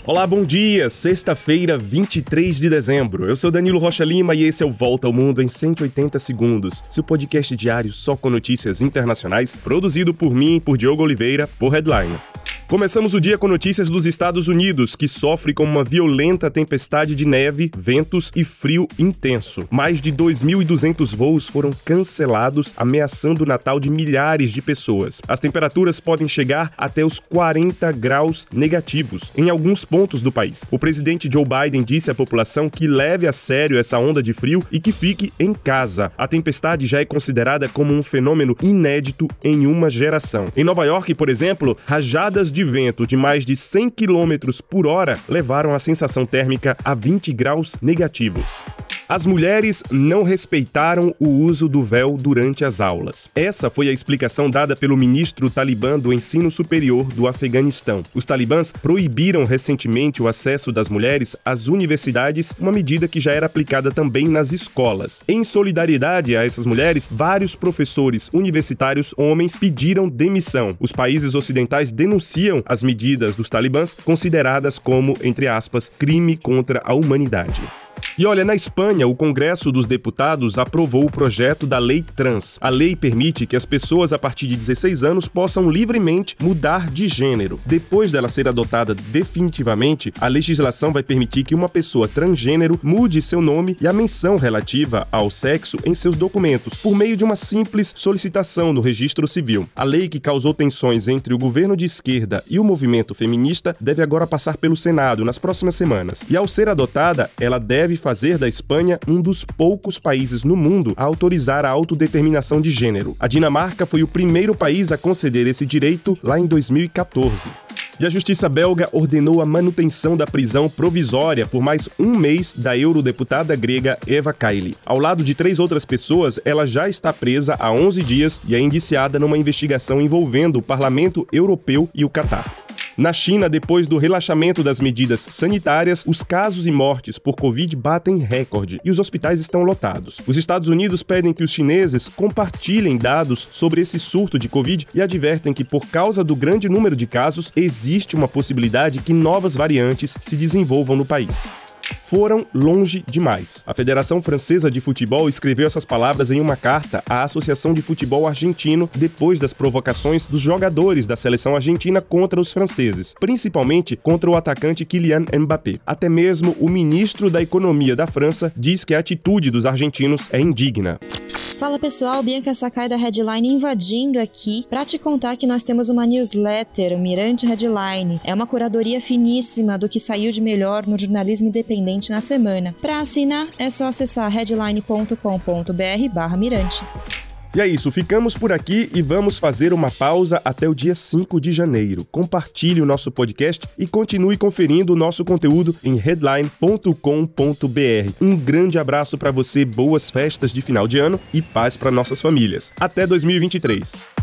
Olá, bom dia! Sexta-feira, 23 de dezembro. Eu sou Danilo Rocha Lima e esse é o Volta ao Mundo em 180 segundos, seu podcast diário só com notícias internacionais, produzido por mim e por Diogo Oliveira, por Headline. Começamos o dia com notícias dos Estados Unidos, que sofre com uma violenta tempestade de neve, ventos e frio intenso. Mais de 2.200 voos foram cancelados, ameaçando o Natal de milhares de pessoas. As temperaturas podem chegar até os 40 graus negativos em alguns pontos do país. O presidente Joe Biden disse à população que leve a sério essa onda de frio e que fique em casa. A tempestade já é considerada como um fenômeno inédito em uma geração. Em Nova York, por exemplo, rajadas de vento de mais de 100 km por hora levaram a sensação térmica a 20 graus negativos. As mulheres não respeitaram o uso do véu durante as aulas. Essa foi a explicação dada pelo ministro talibã do ensino superior do Afeganistão. Os talibãs proibiram recentemente o acesso das mulheres às universidades, uma medida que já era aplicada também nas escolas. Em solidariedade a essas mulheres, vários professores universitários homens pediram demissão. Os países ocidentais denunciam as medidas dos talibãs, consideradas como, entre aspas, crime contra a humanidade. E olha, na Espanha, o Congresso dos Deputados aprovou o projeto da Lei Trans. A lei permite que as pessoas a partir de 16 anos possam livremente mudar de gênero. Depois dela ser adotada definitivamente, a legislação vai permitir que uma pessoa transgênero mude seu nome e a menção relativa ao sexo em seus documentos, por meio de uma simples solicitação no registro civil. A lei, que causou tensões entre o governo de esquerda e o movimento feminista, deve agora passar pelo Senado nas próximas semanas. E ao ser adotada, ela deve fazer da Espanha um dos poucos países no mundo a autorizar a autodeterminação de gênero. A Dinamarca foi o primeiro país a conceder esse direito lá em 2014. E a justiça belga ordenou a manutenção da prisão provisória por mais um mês da eurodeputada grega Eva Kaili. Ao lado de 3 outras pessoas, ela já está presa há 11 dias e é indiciada numa investigação envolvendo o Parlamento Europeu e o Catar. Na China, depois do relaxamento das medidas sanitárias, os casos e mortes por Covid batem recorde e os hospitais estão lotados. Os Estados Unidos pedem que os chineses compartilhem dados sobre esse surto de Covid e advertem que, por causa do grande número de casos, existe uma possibilidade que novas variantes se desenvolvam no país. Foram longe demais. A Federação Francesa de Futebol escreveu essas palavras em uma carta à Associação de Futebol Argentino depois das provocações dos jogadores da seleção argentina contra os franceses, principalmente contra o atacante Kylian Mbappé. Até mesmo o ministro da Economia da França diz que a atitude dos argentinos é indigna. Fala pessoal, Bianca Sakai da Headline invadindo aqui para te contar que nós temos uma newsletter, o Mirante Headline. É uma curadoria finíssima do que saiu de melhor no jornalismo independente na semana. Para assinar é só acessar headline.com.br/mirante. E é isso, ficamos por aqui e vamos fazer uma pausa até o dia 5 de janeiro. Compartilhe o nosso podcast e continue conferindo o nosso conteúdo em headline.com.br. Um grande abraço para você, boas festas de final de ano e paz para nossas famílias. Até 2023!